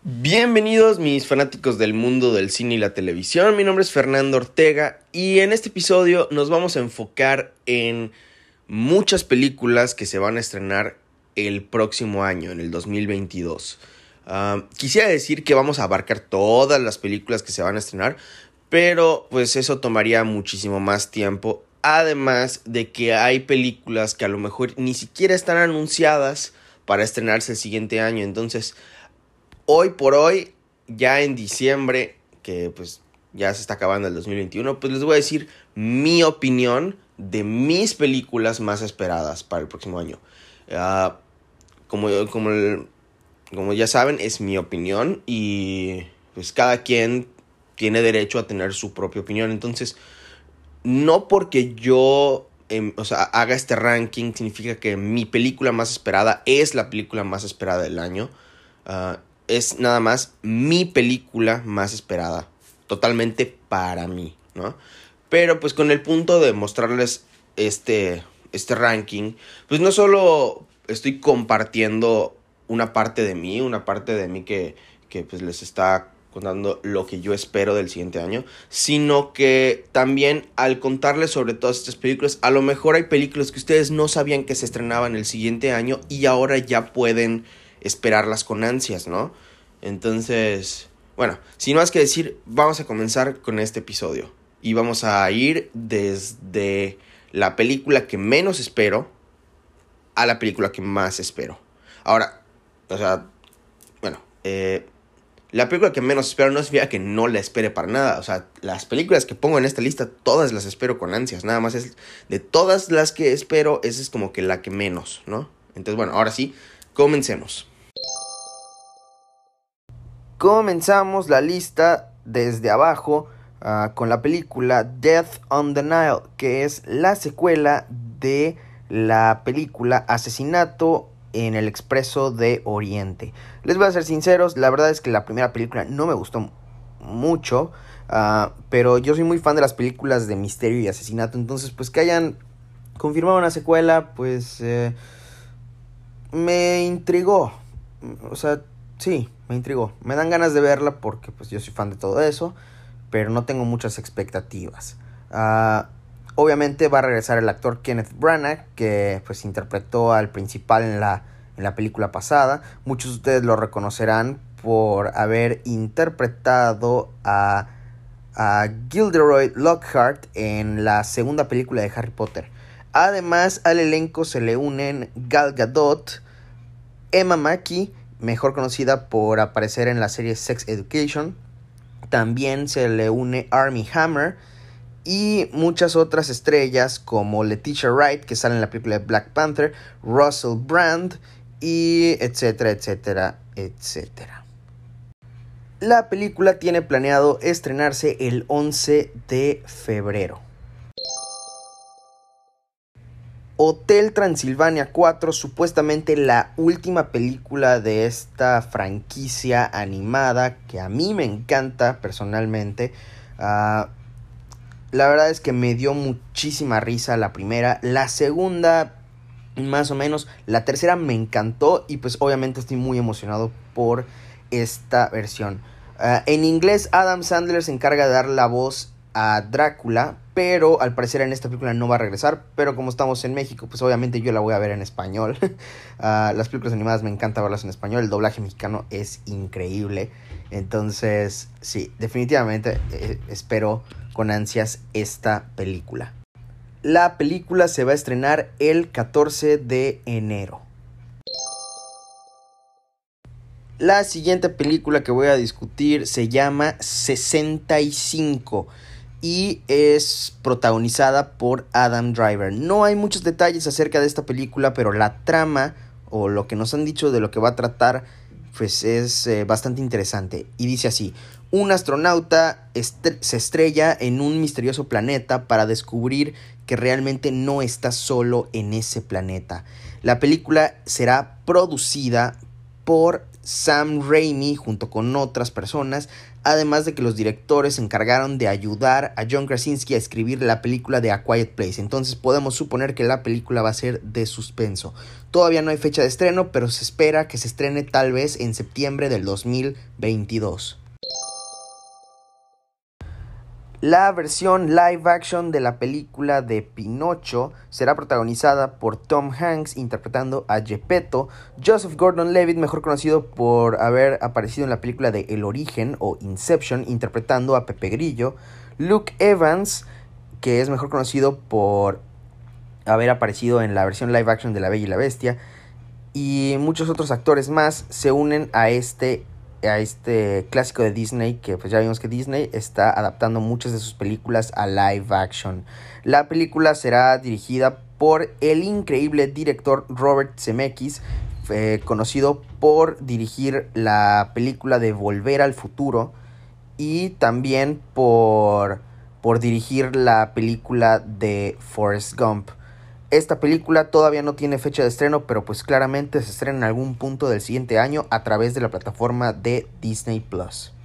Bienvenidos mis fanáticos del mundo del cine y la televisión, mi nombre es Fernando Ortega y en este episodio nos vamos a enfocar en muchas películas que se van a estrenar el próximo año, en el 2022. Quisiera decir que vamos a abarcar todas las películas que se van a estrenar, pero pues eso tomaría muchísimo más tiempo, además de que hay películas que a lo mejor ni siquiera están anunciadas para estrenarse el siguiente año, entonces hoy por hoy, ya en diciembre, que pues ya se está acabando el 2021, pues les voy a decir mi opinión de mis películas más esperadas para el próximo año. Uh, como, como, como ya saben, es mi opinión y pues cada quien tiene derecho a tener su propia opinión. Entonces, no porque yo haga este ranking significa que mi película más esperada es la película más esperada del año. Uh, es nada más mi película más esperada, totalmente para mí, ¿no? Pero pues con el punto de mostrarles este ranking, pues no solo estoy compartiendo una parte de mí que pues les está contando lo que yo espero del siguiente año, sino que también al contarles sobre todas estas películas, a lo mejor hay películas que ustedes no sabían que se estrenaban el siguiente año y ahora ya pueden esperarlas con ansias, ¿no? Entonces, bueno, sin más que decir, vamos a comenzar con este episodio. Y vamos a ir desde la película que menos espero a la película que más espero. Ahora, la película que menos espero no significa que no la espere para nada. O sea, las películas que pongo en esta lista, todas las espero con ansias. Nada más es de todas las que espero, esa es como que la que menos, ¿no? Entonces, bueno, ahora sí, comencemos. Comenzamos la lista desde abajo con la película Death on the Nile, que es la secuela de la película Asesinato en el Expreso de Oriente. Les voy a ser sinceros, la verdad es que la primera película no me gustó mucho, pero yo soy muy fan de las películas de misterio y asesinato, entonces pues que hayan confirmado una secuela, pues me intrigó. O sea, sí, me intrigó. Me dan ganas de verla porque pues yo soy fan de todo eso, pero no tengo muchas expectativas. Obviamente va a regresar el actor Kenneth Branagh, que pues interpretó al principal en la película pasada. Muchos de ustedes lo reconocerán por haber interpretado a Gilderoy Lockhart en la segunda película de Harry Potter. Además, al elenco se le unen Gal Gadot, Emma Mackey, mejor conocida por aparecer en la serie Sex Education. También se le une Armie Hammer y muchas otras estrellas como Letitia Wright, que sale en la película de Black Panther, Russell Brand y etcétera, etcétera, etcétera. La película tiene planeado estrenarse el 11 de febrero. Hotel Transilvania 4, supuestamente la última película de esta franquicia animada que a mí me encanta personalmente. La verdad es que me dio muchísima risa la primera, la segunda más o menos, la tercera me encantó y pues obviamente estoy muy emocionado por esta versión. En inglés Adam Sandler se encarga de dar la voz a Drácula, pero al parecer en esta película no va a regresar, pero como estamos en México, pues obviamente yo la voy a ver en español. Las películas animadas me encanta verlas en español, el doblaje mexicano es increíble, entonces sí, definitivamente espero con ansias esta película. La película se va a estrenar el 14 de enero. La siguiente película que voy a discutir se llama 65 y es protagonizada por Adam Driver. No hay muchos detalles acerca de esta película, pero la trama o lo que nos han dicho de lo que va a tratar pues es bastante interesante. Y dice así: un astronauta se estrella en un misterioso planeta para descubrir que realmente no está solo en ese planeta. La película será producida por Sam Raimi junto con otras personas, además de que los directores se encargaron de ayudar a John Krasinski a escribir la película de A Quiet Place. Entonces podemos suponer que la película va a ser de suspenso. Todavía no hay fecha de estreno, pero se espera que se estrene tal vez en septiembre del 2022. La versión live action de la película de Pinocho será protagonizada por Tom Hanks interpretando a Geppetto, Joseph Gordon-Levitt, mejor conocido por haber aparecido en la película de El Origen o Inception, interpretando a Pepe Grillo, Luke Evans, que es mejor conocido por haber aparecido en la versión live action de La Bella y la Bestia, y muchos otros actores más se unen a este clásico de Disney, que pues ya vimos que Disney está adaptando muchas de sus películas a live action. La película será dirigida por el increíble director Robert Zemeckis, conocido por dirigir la película de Volver al Futuro y también por dirigir la película de Forrest Gump. Esta película todavía no tiene fecha de estreno, pero pues claramente se estrena en algún punto del siguiente año a través de la plataforma de Disney Plus.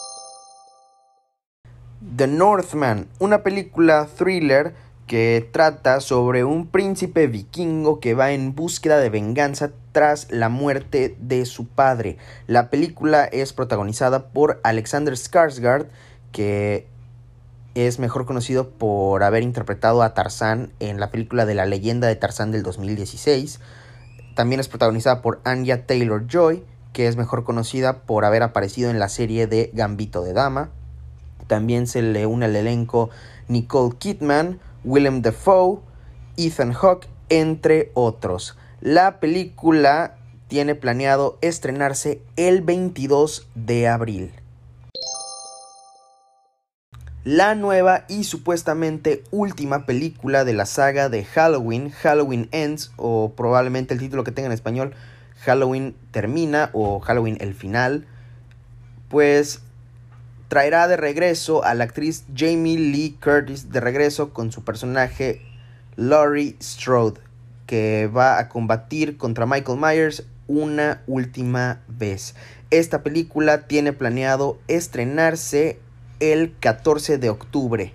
The Northman, una película thriller que trata sobre un príncipe vikingo que va en búsqueda de venganza tras la muerte de su padre. La película es protagonizada por Alexander Skarsgård, que es mejor conocido por haber interpretado a Tarzán en la película de La Leyenda de Tarzán del 2016. También es protagonizada por Anya Taylor-Joy, que es mejor conocida por haber aparecido en la serie de Gambito de Dama. También se le une al elenco Nicole Kidman, Willem Dafoe, Ethan Hawke, entre otros. La película tiene planeado estrenarse el 22 de abril. La nueva y supuestamente última película de la saga de Halloween, Halloween Ends, o probablemente el título que tenga en español, Halloween Termina o Halloween El Final, pues traerá de regreso a la actriz Jamie Lee Curtis, de regreso con su personaje Laurie Strode, que va a combatir contra Michael Myers una última vez. Esta película tiene planeado estrenarse el 14 de octubre.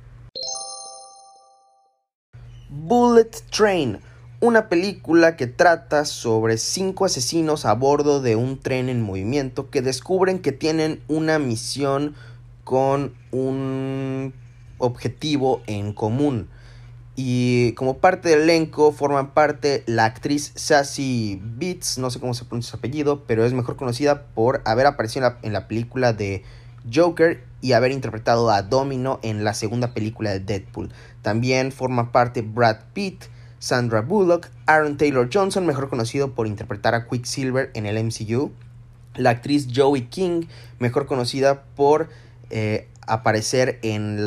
Bullet Train, una película que trata sobre 5 asesinos a bordo de un tren en movimiento que descubren que tienen una misión con un objetivo en común. Y como parte del elenco forman parte la actriz Sassy Beats, no sé cómo se pronuncia su apellido, pero es mejor conocida por haber aparecido en la película de Joker y haber interpretado a Domino en la segunda película de Deadpool. También forma parte Brad Pitt, Sandra Bullock, Aaron Taylor Johnson, mejor conocido por interpretar a Quicksilver en el MCU, la actriz Joey King, mejor conocida por aparecer en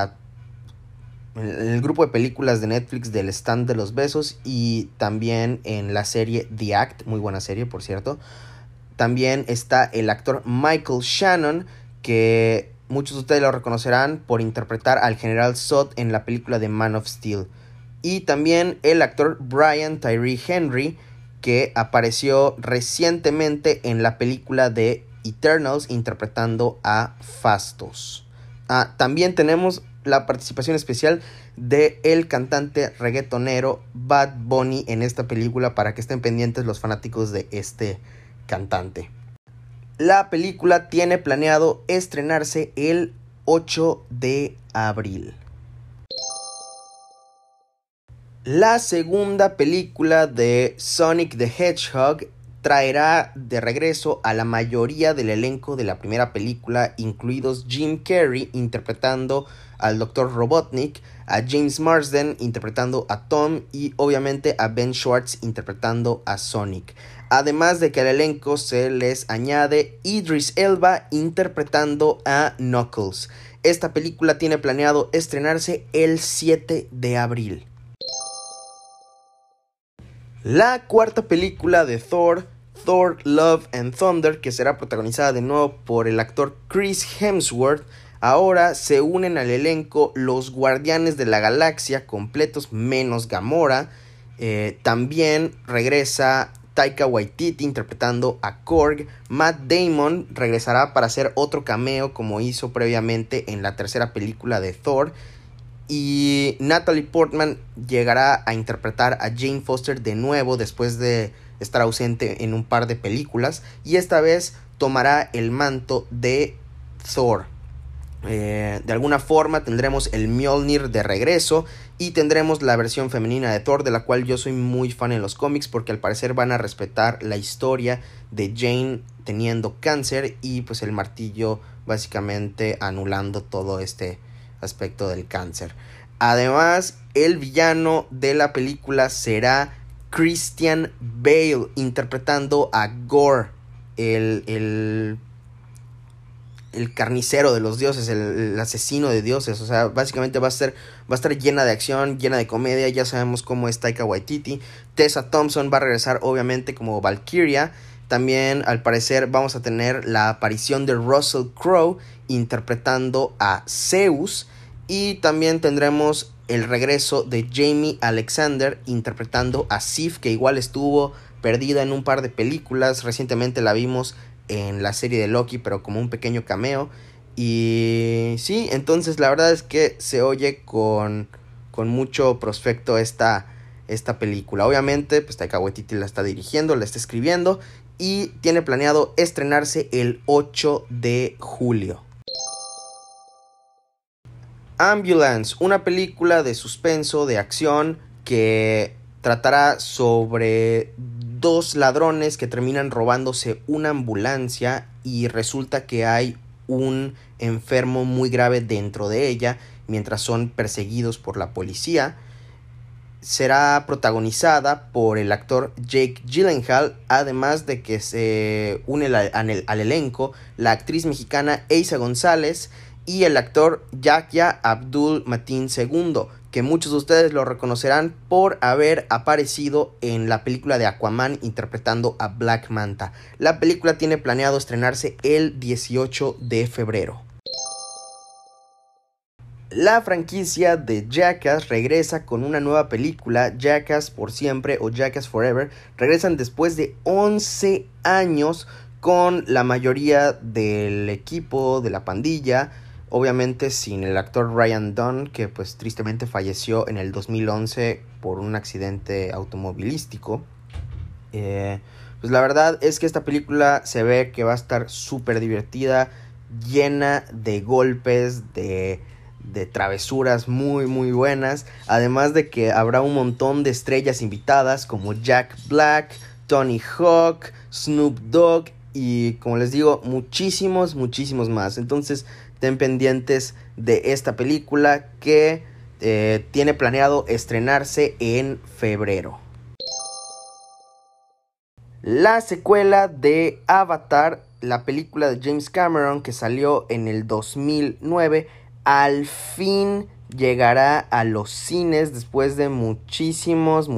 el grupo de películas de Netflix del Stand de los Besos y también en la serie The Act, muy buena serie por cierto. También está el actor Michael Shannon, que muchos de ustedes lo reconocerán por interpretar al general Zod en la película de Man of Steel. Y también el actor Brian Tyree Henry, que apareció recientemente en la película de Eternals interpretando a Phastos. También tenemos la participación especial de el cantante reggaetonero Bad Bunny en esta película, para que estén pendientes los fanáticos de este cantante. La película tiene planeado estrenarse el 8 de abril. La segunda película de Sonic the Hedgehog traerá de regreso a la mayoría del elenco de la primera película, incluidos Jim Carrey interpretando al Dr. Robotnik, a James Marsden interpretando a Tom y obviamente a Ben Schwartz interpretando a Sonic. Además de que al elenco se les añade Idris Elba interpretando a Knuckles. Esta película tiene planeado estrenarse el 7 de abril. La cuarta película de Thor, Thor Love and Thunder, que será protagonizada de nuevo por el actor Chris Hemsworth, ahora se unen al elenco los Guardianes de la Galaxia completos menos Gamora. También regresa Taika Waititi interpretando a Korg. Matt Damon regresará para hacer otro cameo como hizo previamente en la tercera película de Thor. Y Natalie Portman llegará a interpretar a Jane Foster de nuevo después de estar ausente en un par de películas. Y esta vez tomará el manto de Thor. De alguna forma tendremos el Mjolnir de regreso y tendremos la versión femenina de Thor, de la cual yo soy muy fan en los cómics porque al parecer van a respetar la historia de Jane teniendo cáncer y pues el martillo básicamente anulando todo este aspecto del cáncer. Además, el villano de la película será Christian Bale interpretando a Gore, el carnicero de los dioses, el asesino de dioses. O sea, básicamente va a estar llena de acción, llena de comedia. Ya sabemos cómo es Taika Waititi. Tessa Thompson va a regresar obviamente como Valkyria. También al parecer vamos a tener la aparición de Russell Crowe interpretando a Zeus. Y también tendremos el regreso de Jamie Alexander interpretando a Sif, que igual estuvo perdida en un par de películas. Recientemente la vimos en la serie de Loki, pero como un pequeño cameo. Y sí, entonces la verdad es que se oye con mucho prospecto esta película. Obviamente, pues Taika Waititi la está dirigiendo, la está escribiendo y tiene planeado estrenarse el 8 de julio. Ambulance, una película de suspenso, de acción, que tratará sobre dos ladrones que terminan robándose una ambulancia y resulta que hay un enfermo muy grave dentro de ella mientras son perseguidos por la policía. Será protagonizada por el actor Jake Gyllenhaal, además de que se une al elenco la actriz mexicana Eiza González y el actor Yahya Abdul Mateen II, que muchos de ustedes lo reconocerán por haber aparecido en la película de Aquaman interpretando a Black Manta. La película tiene planeado estrenarse el 18 de febrero. La franquicia de Jackass regresa con una nueva película, Jackass por siempre o Jackass Forever. Regresan después de 11 años con la mayoría del equipo de la pandilla. Obviamente sin el actor Ryan Dunn, que pues tristemente falleció en el 2011 por un accidente automovilístico. Pues la verdad es que esta película se ve que va a estar súper divertida, llena de golpes, de travesuras muy muy buenas. Además de que habrá un montón de estrellas invitadas como Jack Black, Tony Hawk, Snoop Dogg y como les digo, muchísimos más. Entonces ten pendientes de esta película que tiene planeado estrenarse en febrero. La secuela de Avatar, la película de James Cameron que salió en el 2009, al fin llegará a los cines después de muchísimos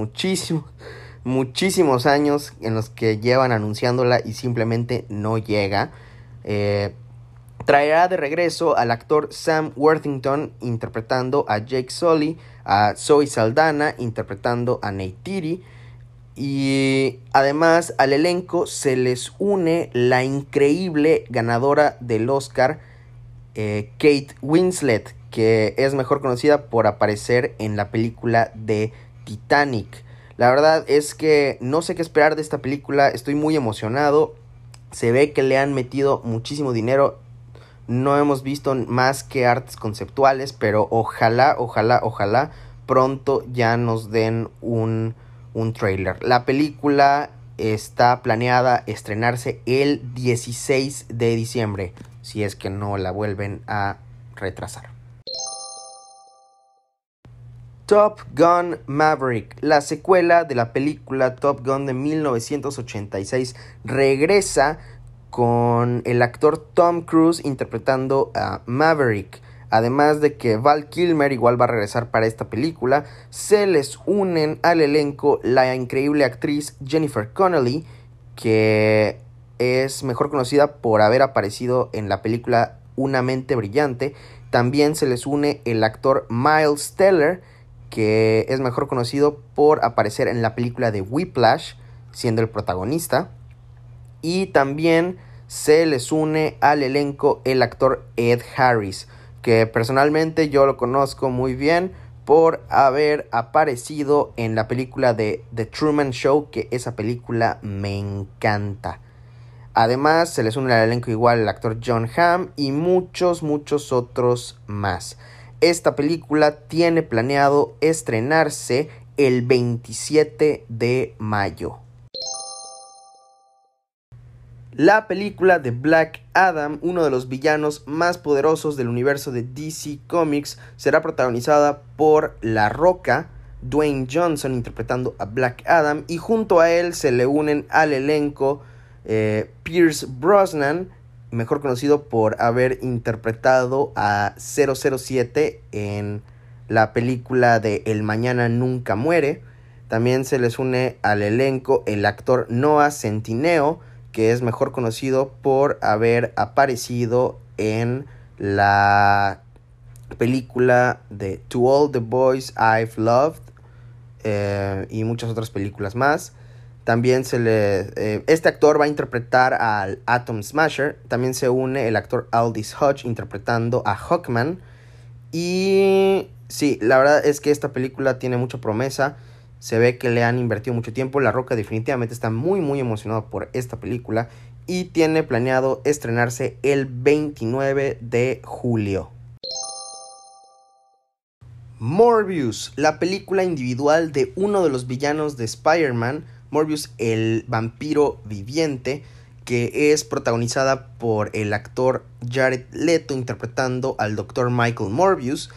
años en los que llevan anunciándola y simplemente no llega. Traerá de regreso al actor Sam Worthington interpretando a Jake Sully, a Zoe Saldana interpretando a Neytiri, y además al elenco se les une la increíble ganadora del Oscar, Kate Winslet, que es mejor conocida por aparecer en la película de Titanic. La verdad es que no sé qué esperar de esta película, estoy muy emocionado. Se ve que le han metido muchísimo dinero. No hemos visto más que artes conceptuales, pero ojalá pronto ya nos den un trailer. La película está planeada estrenarse el 16 de diciembre, si es que no la vuelven a retrasar. Top Gun Maverick, la secuela de la película Top Gun de 1986, regresa con el actor Tom Cruise interpretando a Maverick. Además de que Val Kilmer igual va a regresar para esta película, se les unen al elenco la increíble actriz Jennifer Connelly, que es mejor conocida por haber aparecido en la película Una mente brillante. También se les une el actor Miles Teller, que es mejor conocido por aparecer en la película de Whiplash. siendo el protagonista. Y también se les une al elenco el actor Ed Harris, que personalmente yo lo conozco muy bien por haber aparecido en la película de The Truman Show, que esa película me encanta. Además, se les une al elenco igual el actor Jon Hamm y muchos otros más. Esta película tiene planeado estrenarse el 27 de mayo. La película de Black Adam, uno de los villanos más poderosos del universo de DC Comics, será protagonizada por La Roca, Dwayne Johnson interpretando a Black Adam, y junto a él se le unen al elenco Pierce Brosnan, mejor conocido por haber interpretado a 007 en la película de El Mañana Nunca Muere. También se les une al elenco el actor Noah Centineo, que es mejor conocido por haber aparecido en la película de To All the Boys I've Loved y muchas otras películas más. También este actor va a interpretar al Atom Smasher. También se une el actor Aldis Hodge interpretando a Hawkman. Y sí, la verdad es que esta película tiene mucha promesa. Se ve que le han invertido mucho tiempo. La Roca definitivamente está muy emocionado por esta película y tiene planeado estrenarse el 29 de julio. Morbius, la película individual de uno de los villanos de Spider-Man, Morbius el vampiro viviente, que es protagonizada por el actor Jared Leto interpretando al Dr. Michael Morbius.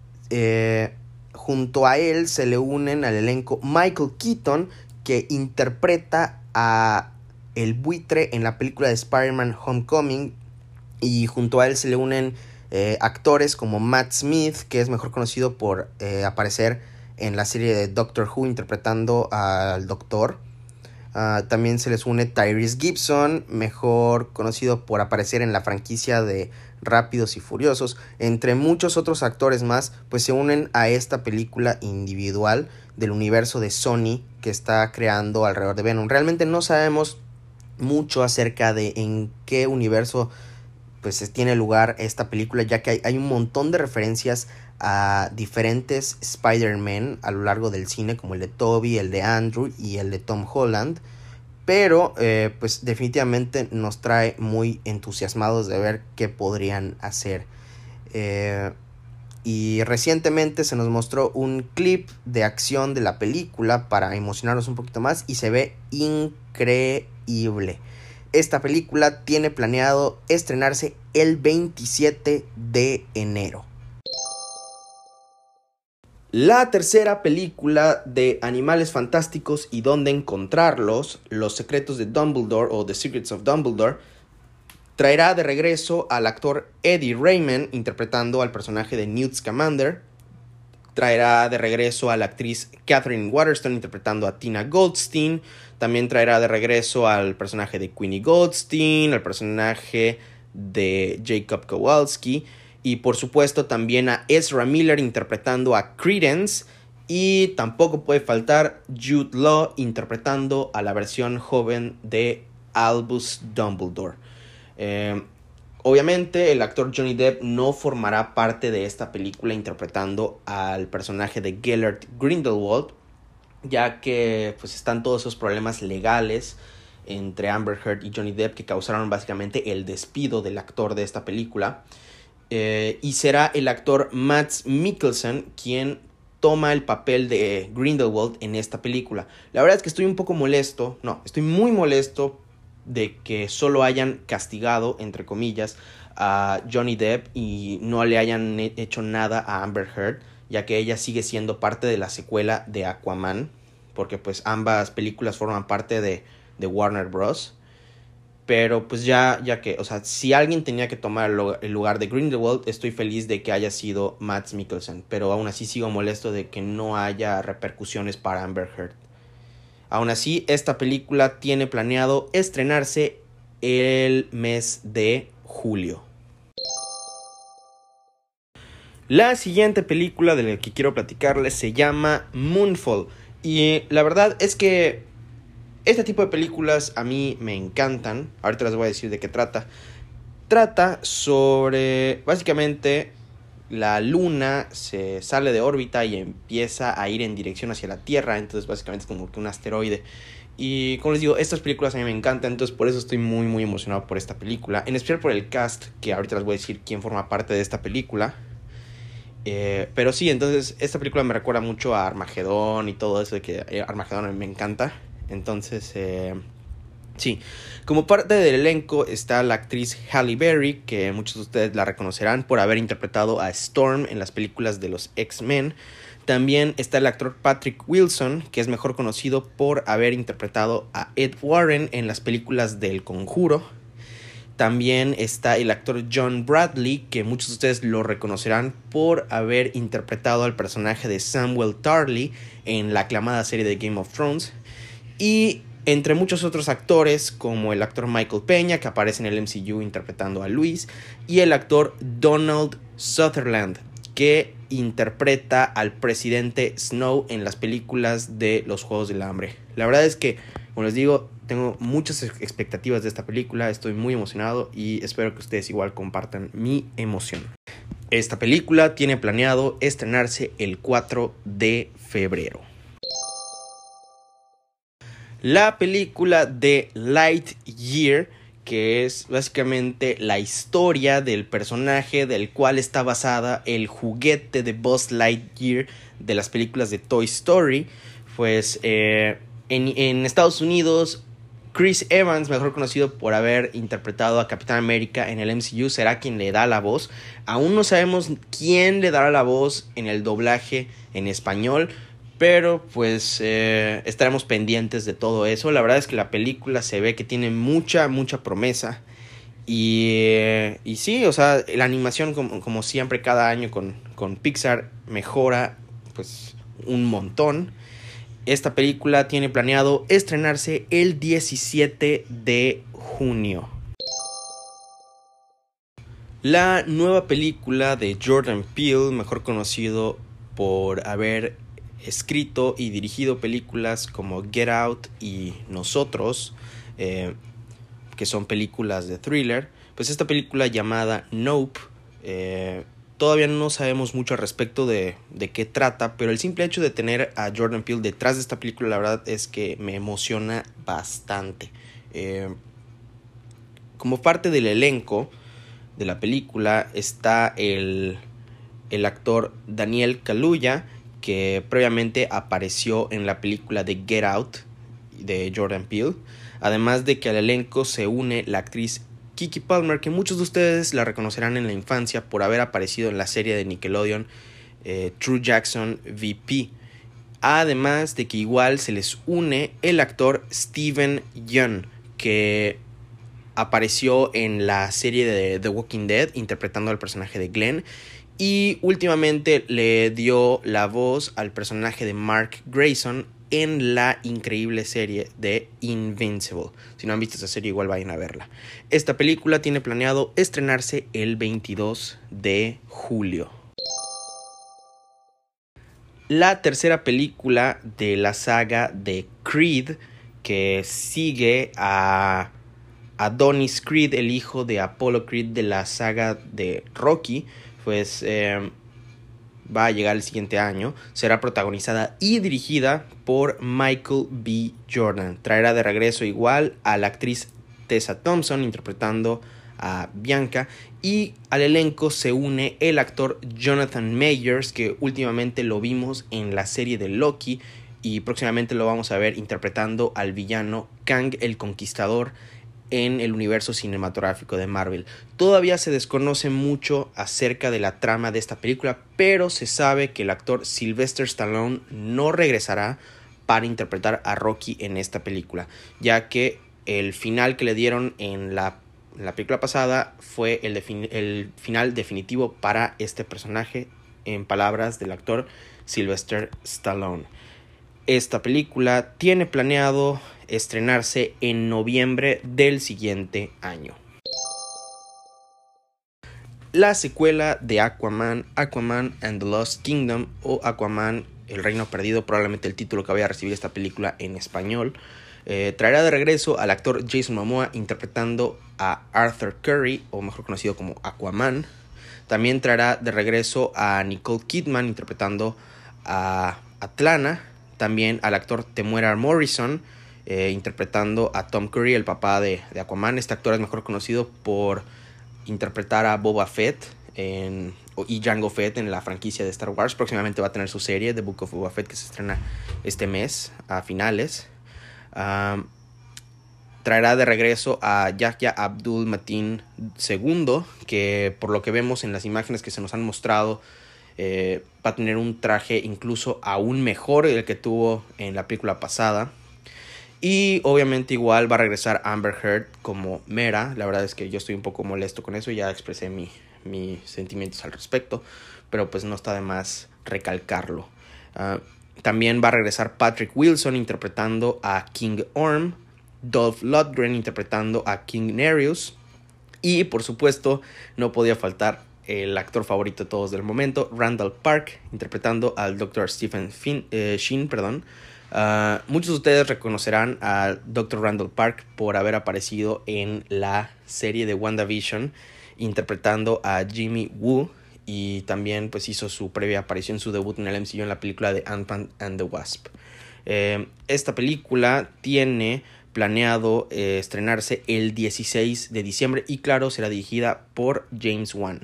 Junto a él se le unen al elenco Michael Keaton, que interpreta a el buitre en la película de Spider-Man Homecoming, y junto a él se le unen actores como Matt Smith, que es mejor conocido por aparecer en la serie de Doctor Who interpretando al Doctor. También se les une Tyrese Gibson, mejor conocido por aparecer en la franquicia de Rápidos y Furiosos, entre muchos otros actores más, pues se unen a esta película individual del universo de Sony que está creando alrededor de Venom. Realmente no sabemos mucho acerca de en qué universo pues tiene lugar esta película, ya que hay un montón de referencias a diferentes Spider-Man a lo largo del cine, como el de Tobey, el de Andrew y el de Tom Holland. Pero pues definitivamente nos trae muy entusiasmados de ver qué podrían hacer. Y recientemente se nos mostró un clip de acción de la película para emocionarnos un poquito más y se ve increíble. Esta película tiene planeado estrenarse el 27 de enero. La tercera película de Animales Fantásticos y Dónde Encontrarlos, Los Secretos de Dumbledore o The Secrets of Dumbledore, traerá de regreso al actor Eddie Redmayne interpretando al personaje de Newt Scamander. Traerá de regreso a la actriz Katherine Waterston interpretando a Tina Goldstein. También traerá de regreso al personaje de Queenie Goldstein, al personaje de Jacob Kowalski. Y por supuesto también a Ezra Miller interpretando a Credence. Y tampoco puede faltar Jude Law interpretando a la versión joven de Albus Dumbledore. Obviamente el actor Johnny Depp no formará parte de esta película interpretando al personaje de Gellert Grindelwald, ya que pues están todos esos problemas legales entre Amber Heard y Johnny Depp que causaron básicamente el despido del actor de esta película. Y será el actor Mads Mikkelsen quien toma el papel de Grindelwald en esta película. La verdad es que estoy muy molesto de que solo hayan castigado, entre comillas, a Johnny Depp y no le hayan hecho nada a Amber Heard, ya que ella sigue siendo parte de la secuela de Aquaman, porque pues ambas películas forman parte de Warner Bros. Pero pues ya que, o sea, si alguien tenía que tomar el lugar de Grindelwald, estoy feliz de que haya sido Mads Mikkelsen, pero aún así sigo molesto de que no haya repercusiones para Amber Heard. Aún así, esta película tiene planeado estrenarse el mes de julio. La siguiente película de la que quiero platicarles se llama Moonfall. Y la verdad es que Este tipo de películas a mí me encantan. Ahorita les voy a decir de qué trata. Trata sobre, básicamente, la luna se sale de órbita y empieza a ir en dirección hacia la Tierra. Entonces básicamente es como que un asteroide. Y como les digo, estas películas a mí me encantan. Entonces por eso estoy muy muy emocionado por esta película. En especial por el cast, que ahorita les voy a decir quién forma parte de esta película. Pero sí, entonces esta película me recuerda mucho a Armagedón y todo eso, de que Armagedón a mí me encanta. Entonces, sí, como parte del elenco está la actriz Halle Berry, que muchos de ustedes la reconocerán por haber interpretado a Storm en las películas de los X-Men. También está el actor Patrick Wilson, que es mejor conocido por haber interpretado a Ed Warren en las películas del Conjuro. También está el actor John Bradley, que muchos de ustedes lo reconocerán por haber interpretado al personaje de Samuel Tarly en la aclamada serie de Game of Thrones. Y entre muchos otros actores, como el actor Michael Peña, que aparece en el MCU interpretando a Luis, y el actor Donald Sutherland, que interpreta al presidente Snow en las películas de los Juegos del Hambre. La verdad es que, como les digo, tengo muchas expectativas de esta película, estoy muy emocionado y espero que ustedes igual compartan mi emoción. Esta película tiene planeado estrenarse el 4 de febrero. La película de Lightyear, que es básicamente la historia del personaje del cual está basada el juguete de Buzz Lightyear de las películas de Toy Story. Pues en Estados Unidos, Chris Evans, mejor conocido por haber interpretado a Capitán América en el MCU, será quien le da la voz. Aún no sabemos quién le dará la voz en el doblaje en español, pero pues estaremos pendientes de todo eso. La verdad es que la película se ve que tiene mucha promesa. Y sí, o sea, la animación como siempre cada año con Pixar mejora pues un montón. Esta película tiene planeado estrenarse el 17 de junio. La nueva película de Jordan Peele, mejor conocido por haber escrito y dirigido películas como Get Out y Nosotros, que son películas de thriller, pues esta película llamada Nope, todavía no sabemos mucho al respecto de qué trata, pero el simple hecho de tener a Jordan Peele detrás de esta película, la verdad es que me emociona bastante. Como parte del elenco de la película está el actor Daniel Kaluuya, que previamente apareció en la película de Get Out de Jordan Peele. Además de que al elenco se une la actriz Keke Palmer, que muchos de ustedes la reconocerán en la infancia por haber aparecido en la serie de Nickelodeon True Jackson VP. Además de que igual se les une el actor Steven Yeun, que apareció en la serie de The Walking Dead interpretando al personaje de Glenn, y últimamente le dio la voz al personaje de Mark Grayson en la increíble serie de Invincible. Si no han visto esa serie, igual vayan a verla. Esta película tiene planeado estrenarse el 22 de julio. La tercera película de la saga de Creed, que sigue a Adonis Creed, el hijo de Apollo Creed de la saga de Rocky, pues va a llegar el siguiente año. Será protagonizada y dirigida por Michael B. Jordan. Traerá de regreso igual a la actriz Tessa Thompson interpretando a Bianca, y al elenco se une el actor Jonathan Majors, que últimamente lo vimos en la serie de Loki y próximamente lo vamos a ver interpretando al villano Kang el Conquistador en el universo cinematográfico de Marvel. Todavía se desconoce mucho acerca de la trama de esta película, pero se sabe que el actor Sylvester Stallone no regresará para interpretar a Rocky en esta película, ya que el final que le dieron en la película pasada fue el final definitivo para este personaje, en palabras del actor Sylvester Stallone. Esta película tiene planeado estrenarse en noviembre del siguiente año. La secuela de Aquaman, Aquaman and the Lost Kingdom, o Aquaman, el Reino Perdido, probablemente el título que vaya a recibir esta película en español, Traerá de regreso al actor Jason Momoa interpretando a Arthur Curry, o mejor conocido como Aquaman. También traerá de regreso a Nicole Kidman interpretando a Atlana. También al actor Temuera Morrison interpretando a Tom Curry, el papá de Aquaman. Este actor es mejor conocido por interpretar a Boba Fett y Jango Fett en la franquicia de Star Wars. Próximamente va a tener su serie The Book of Boba Fett, que se estrena este mes a finales. Traerá de regreso a Yahya Abdul Mateen II, que por lo que vemos en las imágenes que se nos han mostrado, va a tener un traje incluso aún mejor del que tuvo en la película pasada. Y obviamente igual va a regresar Amber Heard como Mera. La verdad es que yo estoy un poco molesto con eso, ya expresé mis sentimientos al respecto, pero pues no está de más recalcarlo. También va a regresar Patrick Wilson interpretando a King Orm, Dolph Lundgren interpretando a King Nereus, y por supuesto no podía faltar el actor favorito de todos del momento, Randall Park, interpretando al Dr. Stephen Sheen. Muchos de ustedes reconocerán al Dr. Randall Park por haber aparecido en la serie de WandaVision interpretando a Jimmy Woo, y también pues hizo su previa aparición, su debut en el MCU en la película de Ant-Man and the Wasp. Esta película tiene planeado estrenarse el 16 de diciembre y claro, será dirigida por James Wan.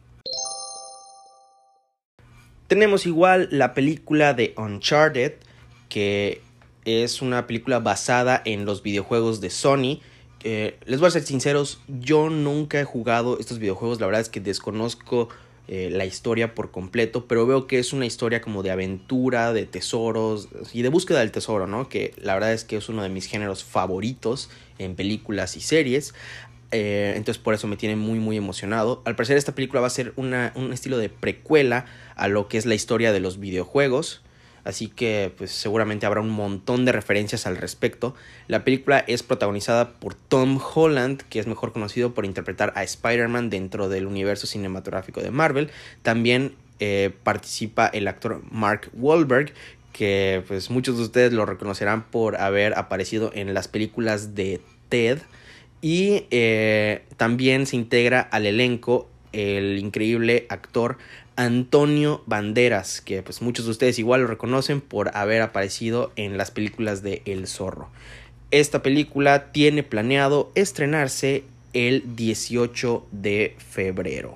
Tenemos igual la película de Uncharted, que es una película basada en los videojuegos de Sony. Les voy a ser sinceros, yo nunca he jugado estos videojuegos, la verdad es que desconozco la historia por completo, pero veo que es una historia como de aventura, de tesoros y de búsqueda del tesoro, ¿no? Que la verdad es que es uno de mis géneros favoritos en películas y series. Entonces por eso me tiene muy emocionado. Al parecer esta película va a ser un estilo de precuela a lo que es la historia de los videojuegos, así que pues seguramente habrá un montón de referencias al respecto. La película es protagonizada por Tom Holland, que es mejor conocido por interpretar a Spider-Man dentro del universo cinematográfico de Marvel. También participa el actor Mark Wahlberg, que pues muchos de ustedes lo reconocerán por haber aparecido en las películas de Ted. Y también se integra al elenco el increíble actor Antonio Banderas, que pues muchos de ustedes igual lo reconocen por haber aparecido en las películas de El Zorro. Esta película tiene planeado estrenarse el 18 de febrero.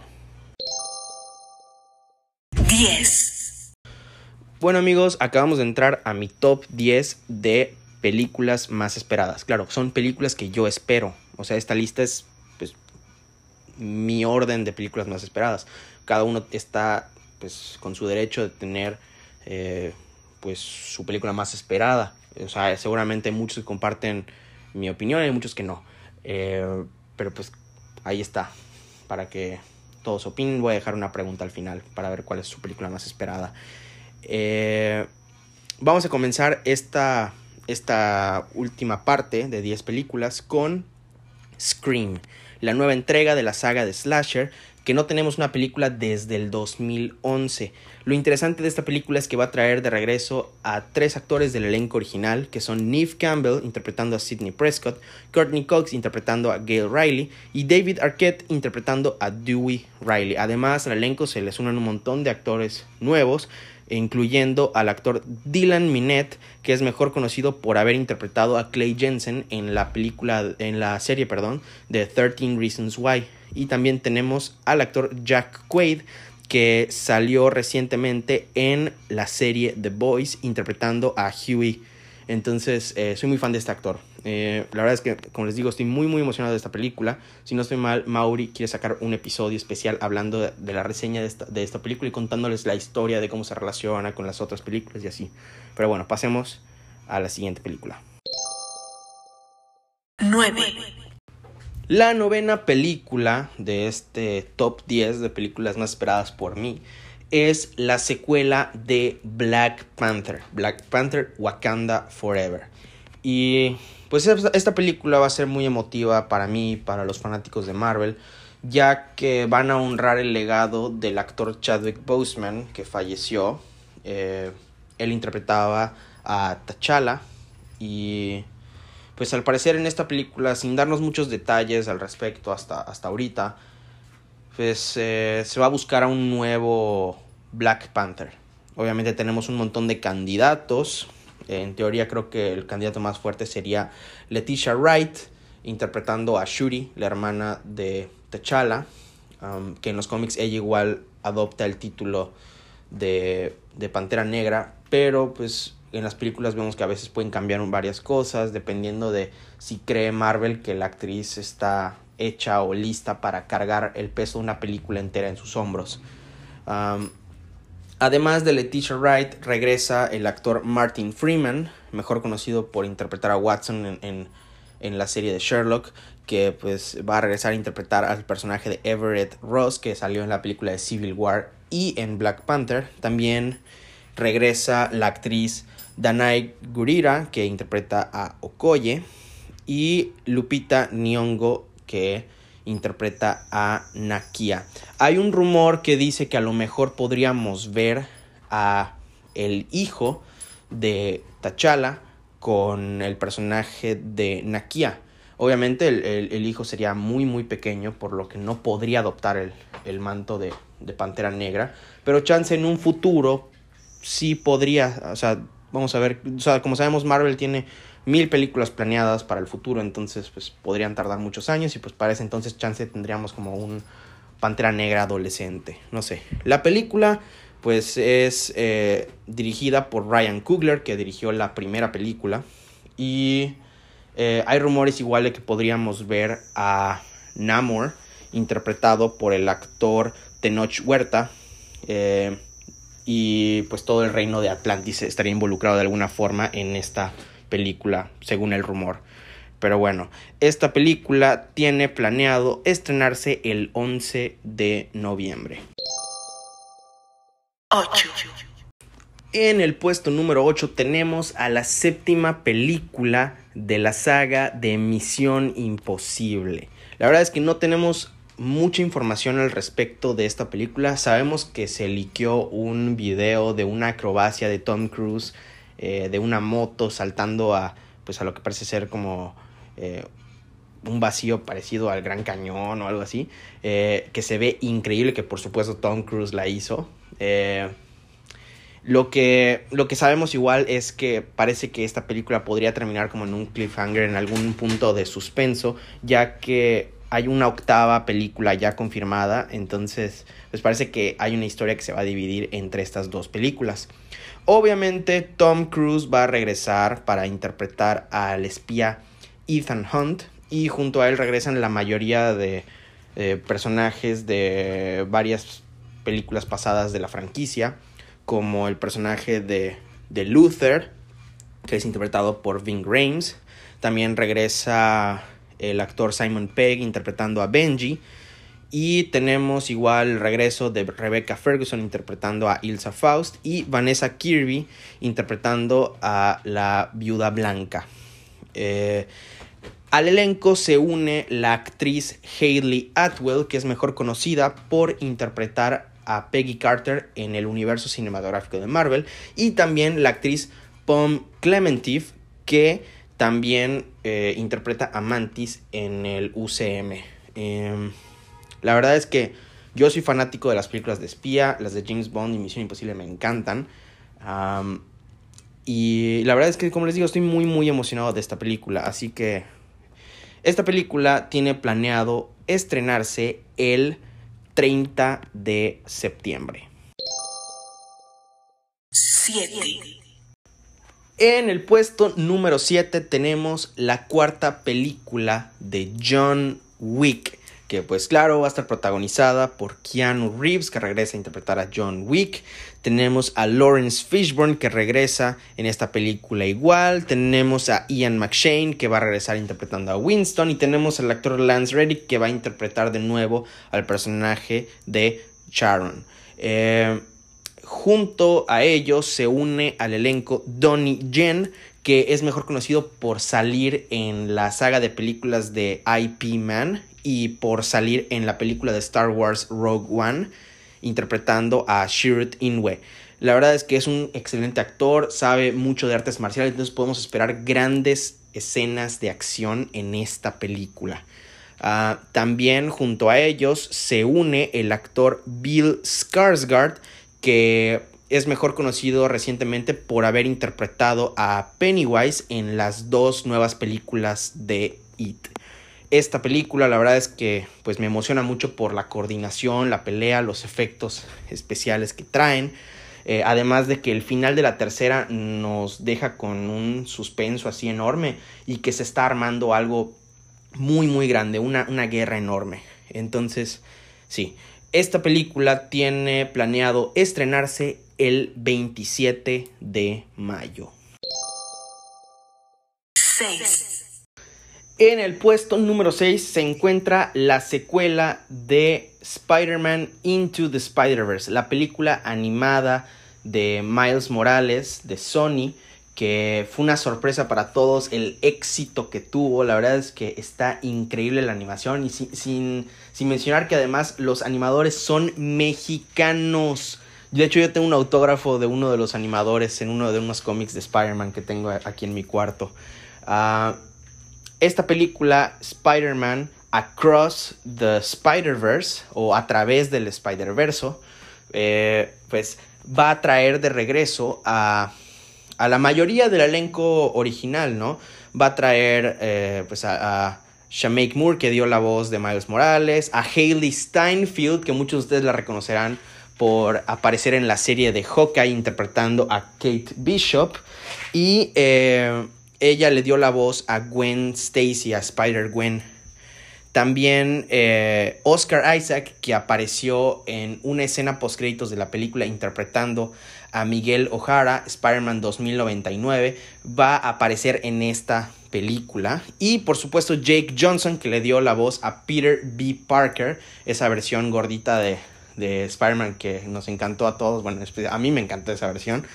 10. Bueno amigos, acabamos de entrar a mi top 10 de películas más esperadas. Claro, son películas que yo espero. O sea, esta lista es pues mi orden de películas más esperadas. Cada uno está pues con su derecho de tener pues su película más esperada. O sea, seguramente muchos que comparten mi opinión y muchos que no. Pero pues ahí está. Para que todos opinen, voy a dejar una pregunta al final para ver cuál es su película más esperada. Vamos a comenzar esta última parte de 10 películas con Scream, la nueva entrega de la saga de Slasher, que no tenemos una película desde el 2011. Lo interesante de esta película es que va a traer de regreso a 3 actores del elenco original, que son Neve Campbell interpretando a Sidney Prescott, Courtney Cox interpretando a Gail Riley y David Arquette interpretando a Dewey Riley. Además, al elenco se les unen un montón de actores nuevos, incluyendo al actor Dylan Minnette, que es mejor conocido por haber interpretado a Clay Jensen en la serie de 13 Reasons Why. Y también tenemos al actor Jack Quaid, que salió recientemente en la serie The Boys interpretando a Huey. Entonces soy muy fan de este actor. La verdad es que, como les digo, estoy muy emocionado de esta película. Si no estoy mal, Mauri quiere sacar un episodio especial hablando de la reseña de esta película y contándoles la historia de cómo se relaciona con las otras películas y así. Pero bueno, pasemos a la siguiente película. 9. La novena película de este top 10 de películas más esperadas por mí es la secuela de Black Panther Wakanda Forever. Y pues esta película va a ser muy emotiva para mí y para los fanáticos de Marvel, ya que van a honrar el legado del actor Chadwick Boseman, que falleció. Él interpretaba a T'Challa y pues al parecer en esta película, sin darnos muchos detalles al respecto hasta ahorita, pues se va a buscar a un nuevo Black Panther. Obviamente tenemos un montón de candidatos. En teoría creo que el candidato más fuerte sería Letitia Wright, interpretando a Shuri, la hermana de T'Challa, que en los cómics ella igual adopta el título de Pantera Negra, pero pues en las películas vemos que a veces pueden cambiar varias cosas dependiendo de si cree Marvel que la actriz está hecha o lista para cargar el peso de una película entera en sus hombros. Además de Letitia Wright, regresa el actor Martin Freeman, mejor conocido por interpretar a Watson en la serie de Sherlock, que pues va a regresar a interpretar al personaje de Everett Ross, que salió en la película de Civil War y en Black Panther. También regresa la actriz Danai Gurira, que interpreta a Okoye, y Lupita Nyong'o, que interpreta a Nakia. Hay un rumor que dice que a lo mejor podríamos ver a el hijo de T'Challa con el personaje de Nakia. Obviamente el hijo sería muy muy pequeño, por lo que no podría adoptar el manto de Pantera Negra, pero chance en un futuro sí podría. O sea, vamos a ver, o sea, como sabemos, Marvel tiene 1000 películas planeadas para el futuro, entonces pues podrían tardar muchos años y pues para ese entonces chance tendríamos como un Pantera Negra adolescente, no sé. La película pues es dirigida por Ryan Coogler, que dirigió la primera película, y hay rumores igual de que podríamos ver a Namor, interpretado por el actor Tenoch Huerta, y pues todo el reino de Atlantis estaría involucrado de alguna forma en esta película, según el rumor. Pero bueno, esta película tiene planeado estrenarse el 11 de noviembre. 8. En el puesto número 8 tenemos a la séptima película de la saga de Misión Imposible. La verdad es que no tenemos mucha información al respecto de esta película. Sabemos que se liqueó un video de una acrobacia de Tom Cruise, de una moto saltando a lo que parece ser como un vacío parecido al Gran Cañón o algo así, que se ve increíble, que por supuesto Tom Cruise la hizo. Lo que sabemos igual es que parece que esta película podría terminar como en un cliffhanger, en algún punto de suspenso, ya que hay una octava película ya confirmada. Entonces pues parece que hay una historia que se va a dividir entre estas dos películas. Obviamente Tom Cruise va a regresar para interpretar al espía Ethan Hunt, y junto a él regresan la mayoría de personajes de varias películas pasadas de la franquicia, como el personaje de Luther, que es interpretado por Ving Rhames. También regresa el actor Simon Pegg interpretando a Benji. Y tenemos igual el regreso de Rebecca Ferguson interpretando a Ilsa Faust, y Vanessa Kirby interpretando a la Viuda Blanca. Al elenco se une la actriz Hayley Atwell, que es mejor conocida por interpretar a Peggy Carter en el universo cinematográfico de Marvel, y también la actriz Pom Klementieff, que también interpreta a Mantis en el UCM. La verdad es que yo soy fanático de las películas de espía. Las de James Bond y Misión Imposible me encantan. Y la verdad es que, como les digo, estoy muy muy emocionado de esta película. Así que esta película tiene planeado estrenarse el 30 de septiembre. 7. En el puesto número 7 tenemos la cuarta película de John Wick, que pues claro va a estar protagonizada por Keanu Reeves, que regresa a interpretar a John Wick. Tenemos a Lawrence Fishburne, que regresa en esta película igual. Tenemos a Ian McShane, que va a regresar interpretando a Winston. Y tenemos al actor Lance Reddick, que va a interpretar de nuevo al personaje de Sharon. Junto a ellos se une al elenco Donnie Yen, que es mejor conocido por salir en la saga de películas de IP Man y por salir en la película de Star Wars Rogue One, interpretando a Chirrut Îmwe. La verdad es que es un excelente actor, sabe mucho de artes marciales, entonces podemos esperar grandes escenas de acción en esta película. También junto a ellos se une el actor Bill Skarsgård, que es mejor conocido recientemente por haber interpretado a Pennywise en las 2 nuevas películas de It. Esta película, la verdad es que pues me emociona mucho por la coordinación, la pelea, los efectos especiales que traen. Además de que el final de la tercera nos deja con un suspenso así enorme y que se está armando algo muy muy grande, una guerra enorme. Entonces, sí, esta película tiene planeado estrenarse el 27 de mayo. 6. En el puesto número 6 se encuentra la secuela de Spider-Man Into the Spider-Verse, la película animada de Miles Morales de Sony, que fue una sorpresa para todos el éxito que tuvo. La verdad es que está increíble la animación y sin mencionar que además los animadores son mexicanos. De hecho, yo tengo un autógrafo de uno de los animadores en uno de unos cómics de Spider-Man que tengo aquí en mi cuarto. Esta película, Spider-Man Across the Spider-Verse, o a través del Spider-Verso, pues va a traer de regreso a la mayoría del elenco original, ¿no? Va a traer pues a Shameik Moore, que dio la voz de Miles Morales, a Hailee Steinfeld, que muchos de ustedes la reconocerán por aparecer en la serie de Hawkeye interpretando a Kate Bishop, y ella le dio la voz a Gwen Stacy, a Spider-Gwen. También Oscar Isaac, que apareció en una escena postcréditos de la película interpretando a Miguel O'Hara, Spider-Man 2099, va a aparecer en esta película. Y por supuesto Jake Johnson, que le dio la voz a Peter B. Parker, esa versión gordita de Spider-Man que nos encantó a todos. Bueno, a mí me encantó esa versión.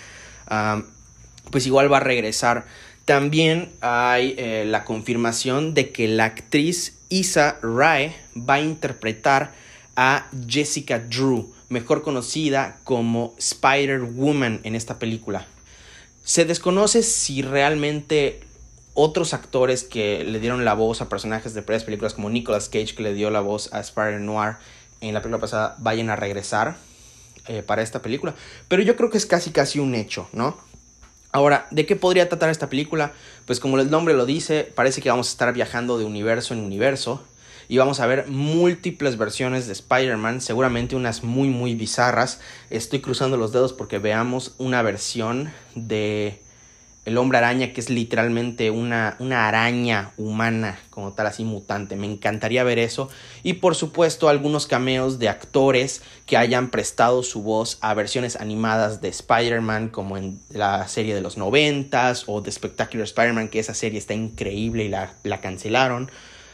Pues igual va a regresar. También hay la confirmación de que la actriz Issa Rae va a interpretar a Jessica Drew, mejor conocida como Spider-Woman en esta película. Se desconoce si realmente otros actores que le dieron la voz a personajes de previas películas, como Nicolas Cage, que le dio la voz a Spider-Noir en la película pasada, vayan a regresar para esta película. Pero yo creo que es casi un hecho, ¿no? Ahora, ¿de qué podría tratar esta película? Pues como el nombre lo dice, parece que vamos a estar viajando de universo en universo y vamos a ver múltiples versiones de Spider-Man, seguramente unas muy bizarras. Estoy cruzando los dedos porque veamos una versión de el Hombre Araña, que es literalmente una araña humana, como tal, así mutante. Me encantaría ver eso. Y por supuesto algunos cameos de actores que hayan prestado su voz a versiones animadas de Spider-Man, como en la serie de los 90s o de Spectacular Spider-Man, que esa serie está increíble y la cancelaron.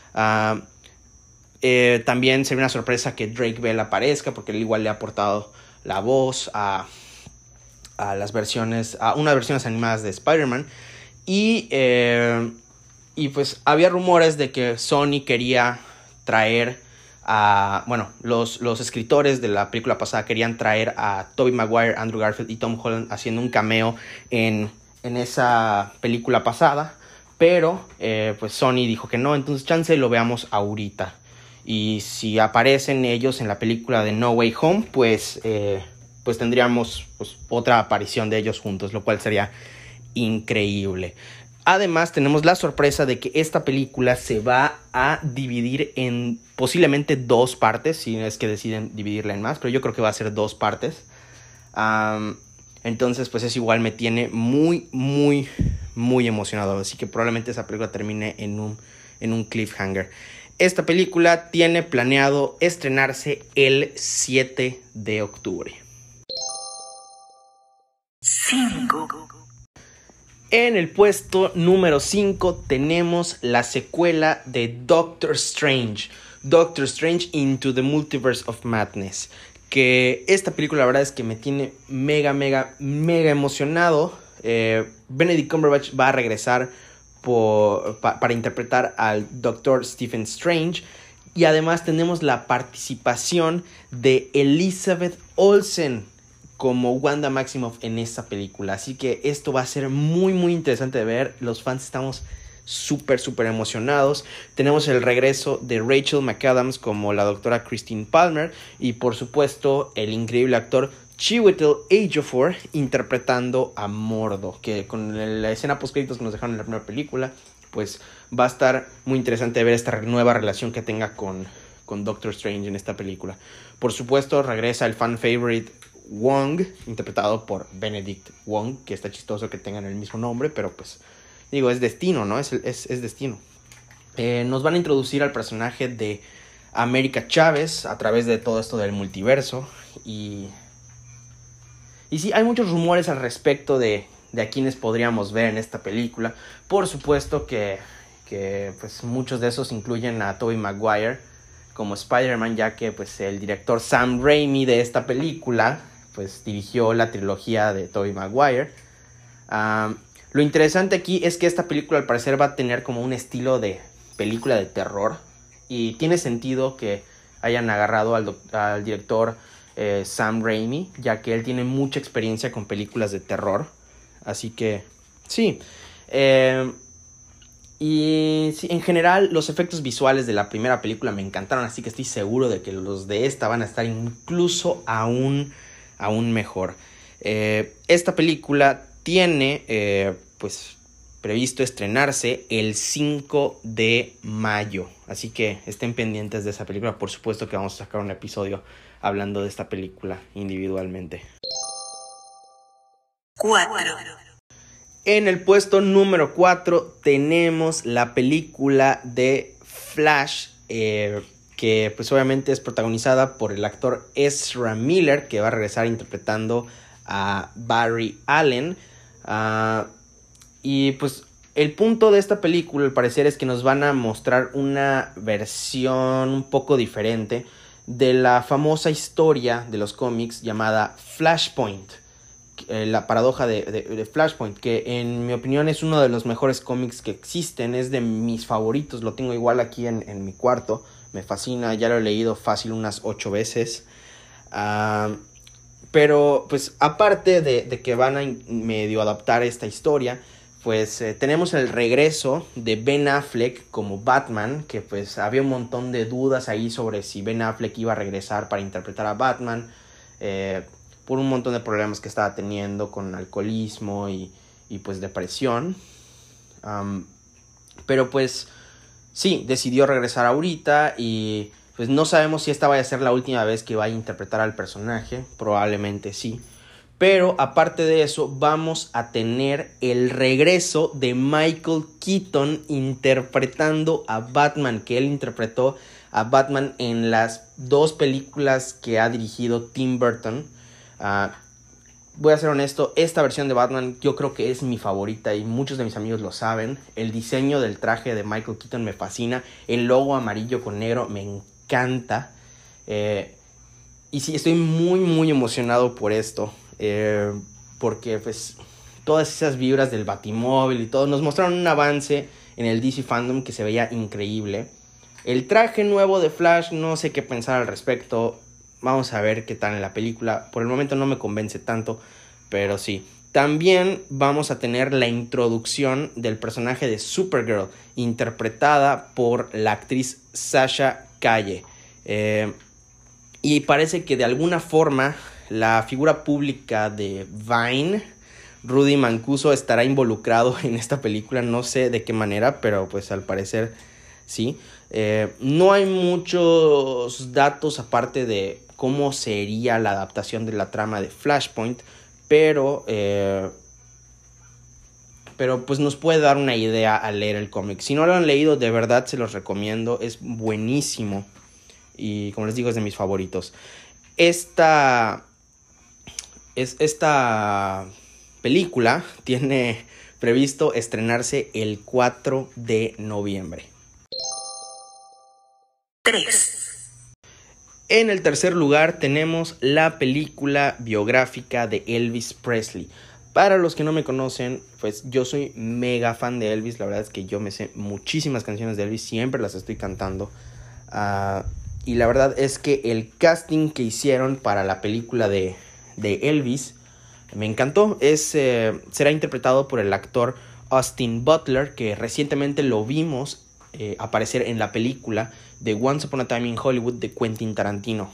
También sería una sorpresa que Drake Bell aparezca, porque él igual le ha aportado la voz a las versiones, a unas versiones animadas de Spider-Man. Y pues había rumores de que Sony quería traer los escritores de la película pasada querían traer a Tobey Maguire, Andrew Garfield y Tom Holland haciendo un cameo en esa película pasada, pero pues Sony dijo que no, entonces chance lo veamos ahorita. Y si aparecen ellos en la película de No Way Home, pues tendríamos pues otra aparición de ellos juntos, lo cual sería increíble. Además, tenemos la sorpresa de que esta película se va a dividir en posiblemente 2 partes, si es que deciden dividirla en más, pero yo creo que va a ser 2 partes. Entonces, pues eso igual me tiene muy emocionado, así que probablemente esa película termine en un cliffhanger. Esta película tiene planeado estrenarse el 7 de octubre. 5. En el puesto número 5 tenemos la secuela de Doctor Strange Into the Multiverse of Madness, que esta película la verdad es que me tiene mega emocionado. Benedict Cumberbatch va a regresar para interpretar al Dr. Stephen Strange, y además tenemos la participación de Elizabeth Olsen como Wanda Maximoff en esta película. Así que esto va a ser muy interesante de ver. Los fans estamos súper emocionados. Tenemos el regreso de Rachel McAdams como la doctora Christine Palmer y por supuesto el increíble actor Chiwetel Ejiofor interpretando a Mordo, que con la escena postcréditos que nos dejaron en la primera película, pues va a estar muy interesante ver esta nueva relación que tenga con Doctor Strange en esta película. Por supuesto regresa el fan favorite Wong, interpretado por Benedict Wong, que está chistoso que tengan el mismo nombre, pero pues digo, es destino, ¿no? Es destino. Nos van a introducir al personaje de América Chávez a través de todo esto del multiverso. Y sí, hay muchos rumores al respecto de a quienes podríamos ver en esta película. Por supuesto que pues muchos de esos incluyen a Tobey Maguire como Spider-Man, ya que pues el director Sam Raimi de esta película pues dirigió la trilogía de Tobey Maguire. Lo interesante aquí es que esta película al parecer va a tener como un estilo de película de terror. Y tiene sentido que hayan agarrado al director Sam Raimi, ya que él tiene mucha experiencia con películas de terror. Así que sí. Y sí, en general los efectos visuales de la primera película me encantaron, así que estoy seguro de que los de esta van a estar incluso aún mejor. Esta película tiene pues previsto estrenarse el 5 de mayo, así que estén pendientes de esa película. Por supuesto que vamos a sacar un episodio hablando de esta película individualmente. 4. En el puesto número 4 tenemos la película de Flash, que pues obviamente es protagonizada por el actor Ezra Miller, que va a regresar interpretando a Barry Allen. Y pues el punto de esta película al parecer es que nos van a mostrar una versión un poco diferente de la famosa historia de los cómics llamada Flashpoint. La paradoja de Flashpoint, que en mi opinión es uno de los mejores cómics que existen, es de mis favoritos, lo tengo igual aquí en mi cuarto, me fascina, ya lo he leído fácil unas 8 veces. Pero pues aparte de que van a medio adaptar esta historia, pues tenemos el regreso de Ben Affleck como Batman, que pues había un montón de dudas ahí sobre si Ben Affleck iba a regresar para interpretar a Batman, por un montón de problemas que estaba teniendo con alcoholismo y pues depresión. Pero pues sí, decidió regresar ahorita y pues no sabemos si esta vaya a ser la última vez que vaya a interpretar al personaje, probablemente sí. Pero aparte de eso, vamos a tener el regreso de Michael Keaton interpretando a Batman, que él interpretó a Batman en las 2 películas que ha dirigido Tim Burton. Voy a ser honesto, esta versión de Batman yo creo que es mi favorita y muchos de mis amigos lo saben. El diseño del traje de Michael Keaton me fascina, el logo amarillo con negro me encanta. Y sí, estoy muy emocionado por esto. Porque pues todas esas vibras del Batimóvil y todo nos mostraron un avance en el DC Fandom que se veía increíble. El traje nuevo de Flash, no sé qué pensar al respecto. Vamos a ver qué tal en la película. Por el momento no me convence tanto, pero sí. También vamos a tener la introducción del personaje de Supergirl, interpretada por la actriz Sasha Calle. Y parece que de alguna forma la figura pública de Vine, Rudy Mancuso, estará involucrado en esta película. No sé de qué manera, pero pues al parecer sí. No hay muchos datos aparte de cómo sería la adaptación de la trama de Flashpoint, pero pues nos puede dar una idea al leer el cómic. Si no lo han leído, de verdad se los recomiendo, es buenísimo y como les digo es de mis favoritos. Esta película tiene previsto estrenarse el 4 de noviembre. 3. En el tercer lugar tenemos la película biográfica de Elvis Presley. Para los que no me conocen, pues yo soy mega fan de Elvis. La verdad es que yo me sé muchísimas canciones de Elvis, siempre las estoy cantando. Y la verdad es que el casting que hicieron para la película de Elvis me encantó. Será interpretado por el actor Austin Butler, que recientemente lo vimos aparecer en la película de Once Upon a Time in Hollywood de Quentin Tarantino.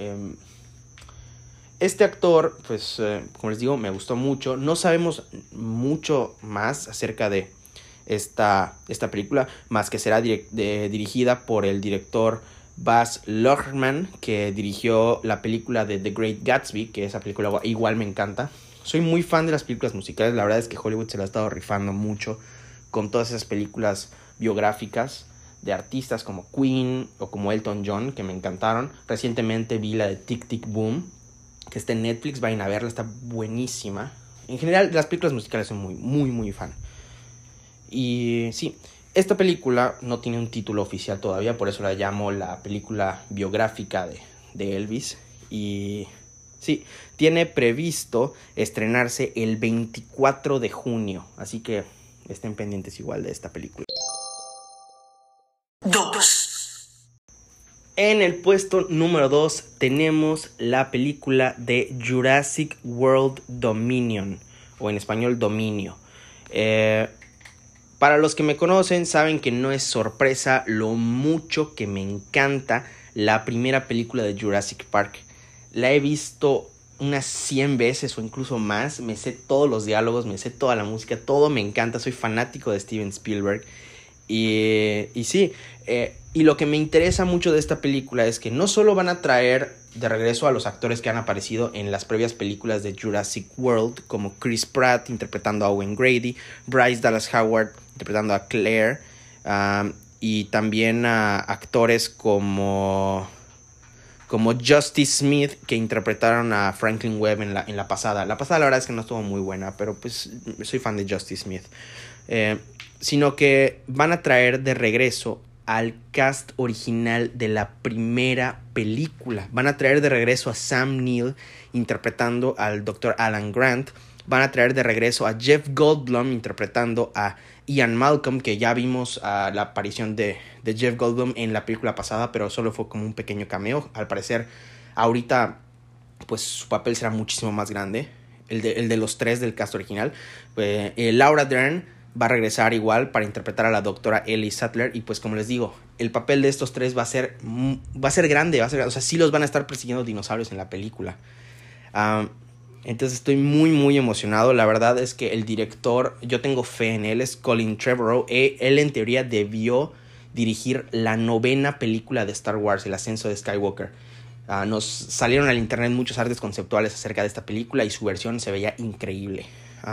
Este actor, pues, como les digo, me gustó mucho. No sabemos mucho más acerca de esta película, más que será dirigida por el director Baz Luhrmann, que dirigió la película de The Great Gatsby, que esa película igual me encanta. Soy muy fan de las películas musicales, la verdad es que Hollywood se la ha estado rifando mucho con todas esas películas biográficas de artistas como Queen o como Elton John, que me encantaron. Recientemente vi la de Tic Tic Boom, que está en Netflix, vayan a verla, está buenísima. En general, las películas musicales soy muy fan. Y sí, esta película no tiene un título oficial todavía, por eso la llamo la película biográfica de Elvis. Y sí, tiene previsto estrenarse el 24 de junio, así que estén pendientes igual de esta película. 2. En el puesto número 2 tenemos la película de Jurassic World Dominion, o en español Dominio. Para los que me conocen saben que no es sorpresa lo mucho que me encanta la primera película de Jurassic Park. La he visto unas 100 veces o incluso más. Me sé todos los diálogos, me sé toda la música, todo me encanta. Soy fanático de Steven Spielberg. Y sí, y lo que me interesa mucho de esta película es que no solo van a traer de regreso a los actores que han aparecido en las previas películas de Jurassic World, como Chris Pratt interpretando a Owen Grady, Bryce Dallas Howard interpretando a Claire, y también a actores como Justice Smith, que interpretaron a Franklin Webb en la pasada. La pasada la verdad es que no estuvo muy buena, pero pues soy fan de Justice Smith. Sino que van a traer de regreso al cast original de la primera película. Van a traer de regreso a Sam Neill interpretando al Dr. Alan Grant. Van a traer de regreso a Jeff Goldblum interpretando a Ian Malcolm, que ya vimos la aparición de Jeff Goldblum en la película pasada, pero solo fue como un pequeño cameo. Al parecer, ahorita pues su papel será muchísimo más grande, el de los tres del cast original. Laura Dern va a regresar igual para interpretar a la doctora Ellie Sattler. Y pues como les digo, el papel de estos tres va a ser grande, o sea, sí los van a estar persiguiendo dinosaurios en la película. Entonces estoy muy emocionado. La verdad es que el director, yo tengo fe en él, es Colin Trevorrow. Él en teoría debió dirigir la 9ª película de Star Wars, El Ascenso de Skywalker. Nos salieron al internet muchos artes conceptuales acerca de esta película y su versión se veía increíble.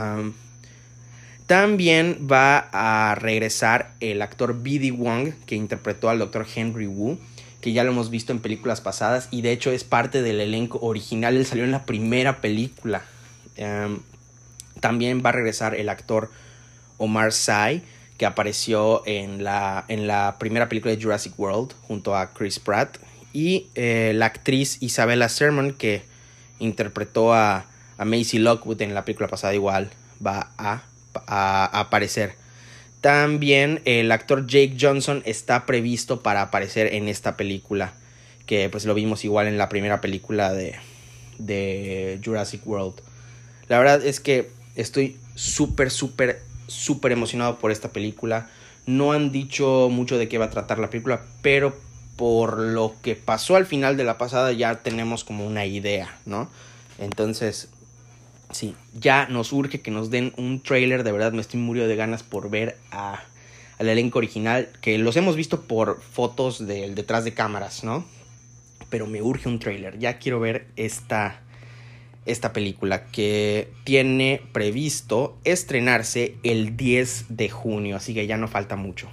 También va a regresar el actor B.D. Wong, que interpretó al Dr. Henry Wu, que ya lo hemos visto en películas pasadas y de hecho es parte del elenco original. Él salió en la primera película. También va a regresar el actor Omar Sy, que apareció en la primera película de Jurassic World junto a Chris Pratt. Y la actriz Isabella Sermon, que interpretó a Maisie Lockwood en la película pasada, igual va a aparecer. También el actor Jake Johnson está previsto para aparecer en esta película, que pues lo vimos igual en la primera película de Jurassic World. La verdad es que estoy súper emocionado por esta película. No han dicho mucho de qué va a tratar la película, pero por lo que pasó al final de la pasada ya tenemos como una idea, ¿no? Entonces sí, ya nos urge que nos den un tráiler. De verdad me estoy muriendo de ganas por ver al elenco original, que los hemos visto por fotos del detrás de cámaras, ¿no? Pero me urge un tráiler. Ya quiero ver esta película, que tiene previsto estrenarse el 10 de junio, así que ya no falta mucho.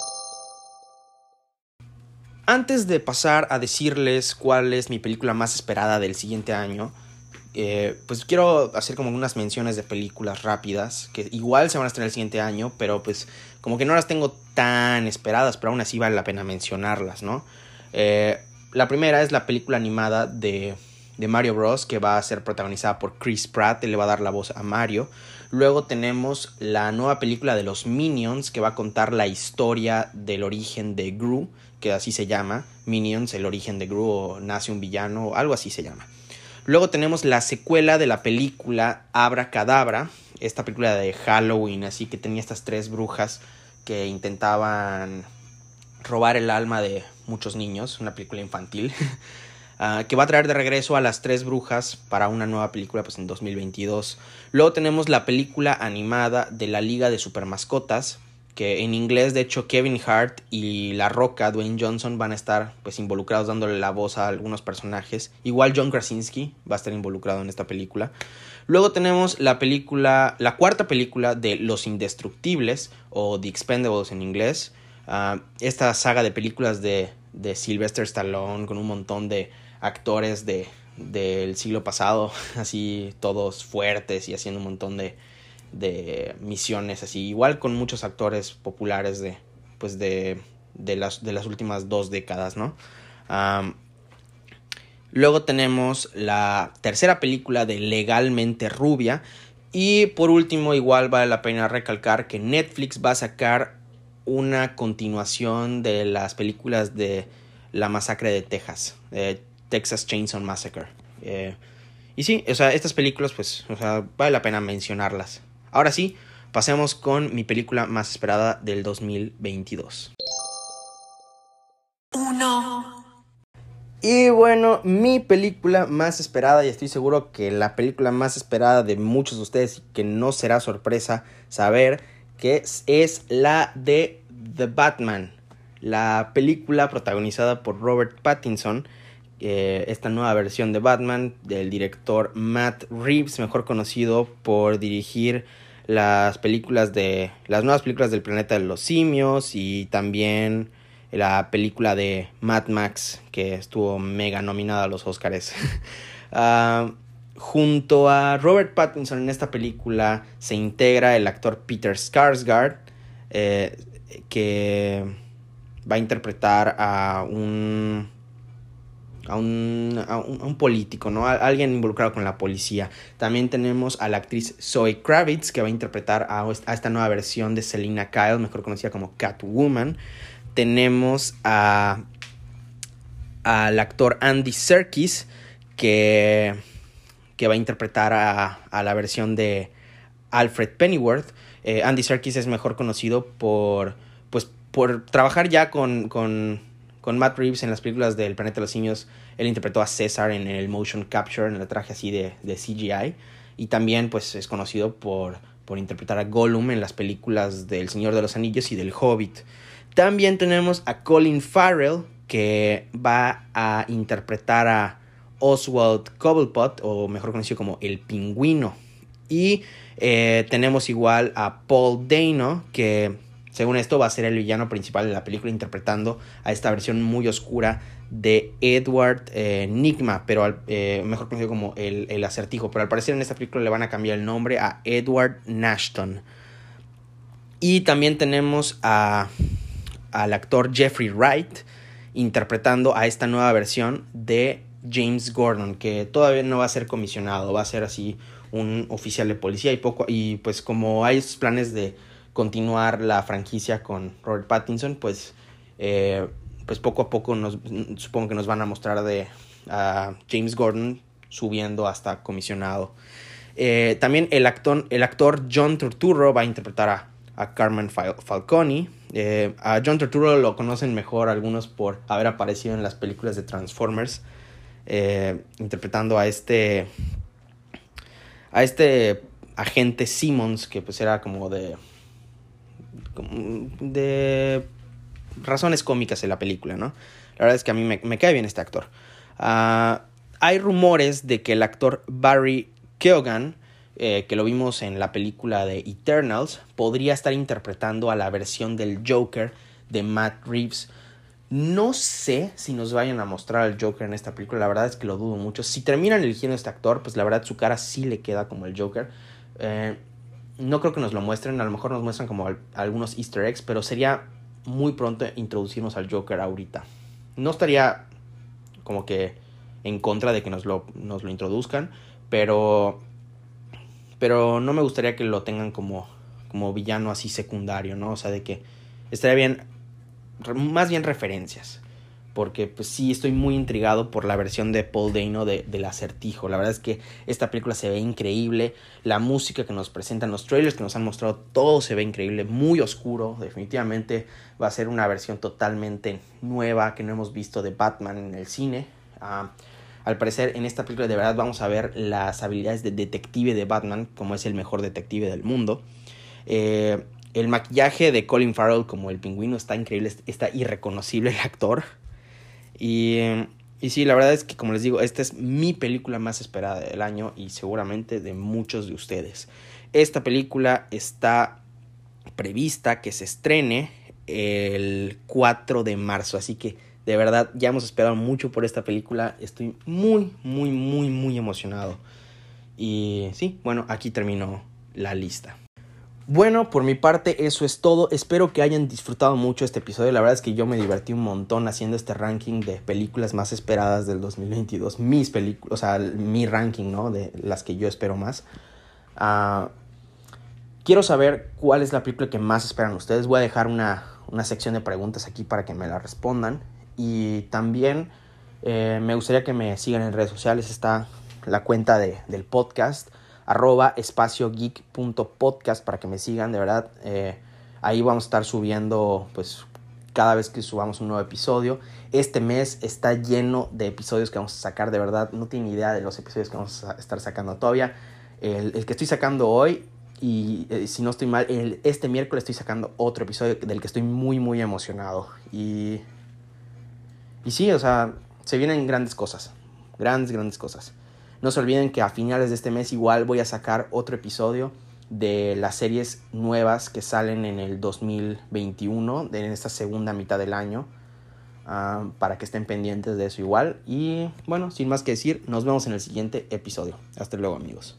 Antes de pasar a decirles cuál es mi película más esperada del siguiente año, pues quiero hacer como unas menciones de películas rápidas que igual se van a estrenar el siguiente año, pero pues como que no las tengo tan esperadas, pero aún así vale la pena mencionarlas, ¿no? La primera es la película animada de Mario Bros, que va a ser protagonizada por Chris Pratt. Él le va a dar la voz a Mario. Luego tenemos la nueva película de los Minions, que va a contar la historia del origen de Gru, que así se llama, Minions, el origen de Gru, o nace un villano, o algo así se llama. Luego tenemos la secuela de la película Abracadabra, esta película de Halloween, así que tenía estas 3 brujas que intentaban robar el alma de muchos niños, una película infantil. Que va a traer de regreso a las 3 brujas para una nueva película pues en 2022. Luego tenemos la película animada de la Liga de Supermascotas, que en inglés de hecho Kevin Hart y La Roca, Dwayne Johnson, van a estar pues involucrados dándole la voz a algunos personajes. Igual John Krasinski va a estar involucrado en esta película. Luego tenemos la cuarta película de Los Indestructibles, o The Expendables en inglés. Esta saga de películas de Sylvester Stallone con un montón de actores del siglo pasado, así todos fuertes y haciendo un montón de misiones, así igual con muchos actores populares de las últimas 2 décadas, ¿no? Luego tenemos la tercera película de Legalmente Rubia. Y por último, igual vale la pena recalcar que Netflix va a sacar una continuación de las películas de La Masacre de Texas, Texas Chainsaw Massacre. Y sí, o sea, estas películas, pues, o sea, vale la pena mencionarlas. Ahora sí, pasemos con mi película más esperada del 2022. Y bueno, mi película más esperada, y estoy seguro que la película más esperada de muchos de ustedes, y que no será sorpresa saber que es la de The Batman, la película protagonizada por Robert Pattinson, esta nueva versión de Batman del director Matt Reeves, mejor conocido por dirigir las nuevas películas del Planeta de los Simios y también la película de Mad Max, que estuvo mega nominada a los Oscars. Junto a Robert Pattinson en esta película se integra el actor Peter Skarsgård, que va a interpretar a un político, ¿no? Alguien involucrado con la policía. También tenemos a la actriz Zoe Kravitz, que va a interpretar a esta nueva versión de Selina Kyle, mejor conocida como Catwoman. Tenemos al actor Andy Serkis, que va a interpretar a la versión de Alfred Pennyworth. Andy Serkis es mejor conocido por trabajar ya con Matt Reeves en las películas del Planeta de los Simios. Él interpretó a César en el motion capture, en el traje así de CGI. Y también pues es conocido por interpretar a Gollum en las películas del Señor de los Anillos y del Hobbit. También tenemos a Colin Farrell, que va a interpretar a Oswald Cobblepot, o mejor conocido como el Pingüino. Y tenemos igual a Paul Dano, que según esto va a ser el villano principal de la película, interpretando a esta versión muy oscura de Edward Nygma, pero mejor conocido como el Acertijo. Pero al parecer en esta película le van a cambiar el nombre a Edward Nashton. Y también tenemos al actor Jeffrey Wright interpretando a esta nueva versión de James Gordon, que todavía no va a ser comisionado, va a ser así un oficial de policía. Y pues como hay esos planes de continuar la franquicia con Robert Pattinson, pues poco a poco supongo que nos van a mostrar a James Gordon subiendo hasta comisionado. También el actor John Turturro va a interpretar a Carmen Falcone. A John Turturro lo conocen mejor algunos por haber aparecido en las películas de Transformers, interpretando a este agente Simmons, que pues era como de razones cómicas en la película, ¿no? La verdad es que a mí me cae bien este actor. Hay rumores de que el actor Barry Keoghan, que lo vimos en la película de Eternals, podría estar interpretando a la versión del Joker de Matt Reeves. No sé si nos vayan a mostrar al Joker en esta película, la verdad es que lo dudo mucho. Si terminan eligiendo a este actor, pues la verdad su cara sí le queda como el Joker. No creo que nos lo muestren, a lo mejor nos muestran como algunos easter eggs, pero sería muy pronto introducirnos al Joker ahorita. No estaría como que en contra de que nos lo introduzcan, pero no me gustaría que lo tengan como villano así secundario, ¿no? O sea, de que estaría bien, más bien referencias. porque pues sí estoy muy intrigado por la versión de Paul Dano del Acertijo. La verdad es que esta película se ve increíble, la música que nos presentan, los trailers que nos han mostrado, todo se ve increíble, muy oscuro. Definitivamente va a ser una versión totalmente nueva que no hemos visto de Batman en el cine. Al parecer en esta película de verdad vamos a ver las habilidades de detective de Batman, como es el mejor detective del mundo. El maquillaje de Colin Farrell como el Pingüino está increíble, está irreconocible el actor. Y sí, la verdad es que, como les digo, esta es mi película más esperada del año y seguramente de muchos de ustedes. Esta película está prevista que se estrene el 4 de marzo, así que de verdad ya hemos esperado mucho por esta película. Estoy muy, muy, muy, muy emocionado. Y sí, bueno, aquí termino la lista. Bueno, por mi parte eso es todo. Espero que hayan disfrutado mucho este episodio. La verdad es que yo me divertí un montón haciendo este ranking de películas más esperadas del 2022. Mis películas, o sea, mi ranking, ¿no? De las que yo espero más. Quiero saber cuál es la película que más esperan ustedes. Voy a dejar una sección de preguntas aquí para que me la respondan. Y también me gustaría que me sigan en redes sociales. Está la cuenta del podcast, @espaciogeek.podcast, para que me sigan, de verdad. Ahí vamos a estar subiendo pues cada vez que subamos un nuevo episodio. Este mes está lleno de episodios que vamos a sacar, de verdad. No tienen idea de los episodios que vamos a estar sacando todavía. El que estoy sacando hoy, y si no estoy mal, este miércoles estoy sacando otro episodio del que estoy muy, muy emocionado. Y sí, o sea, se vienen grandes cosas. Grandes cosas. No se olviden que a finales de este mes igual voy a sacar otro episodio de las series nuevas que salen en el 2021, en esta segunda mitad del año, para que estén pendientes de eso igual. Y bueno, sin más que decir, nos vemos en el siguiente episodio. Hasta luego, amigos.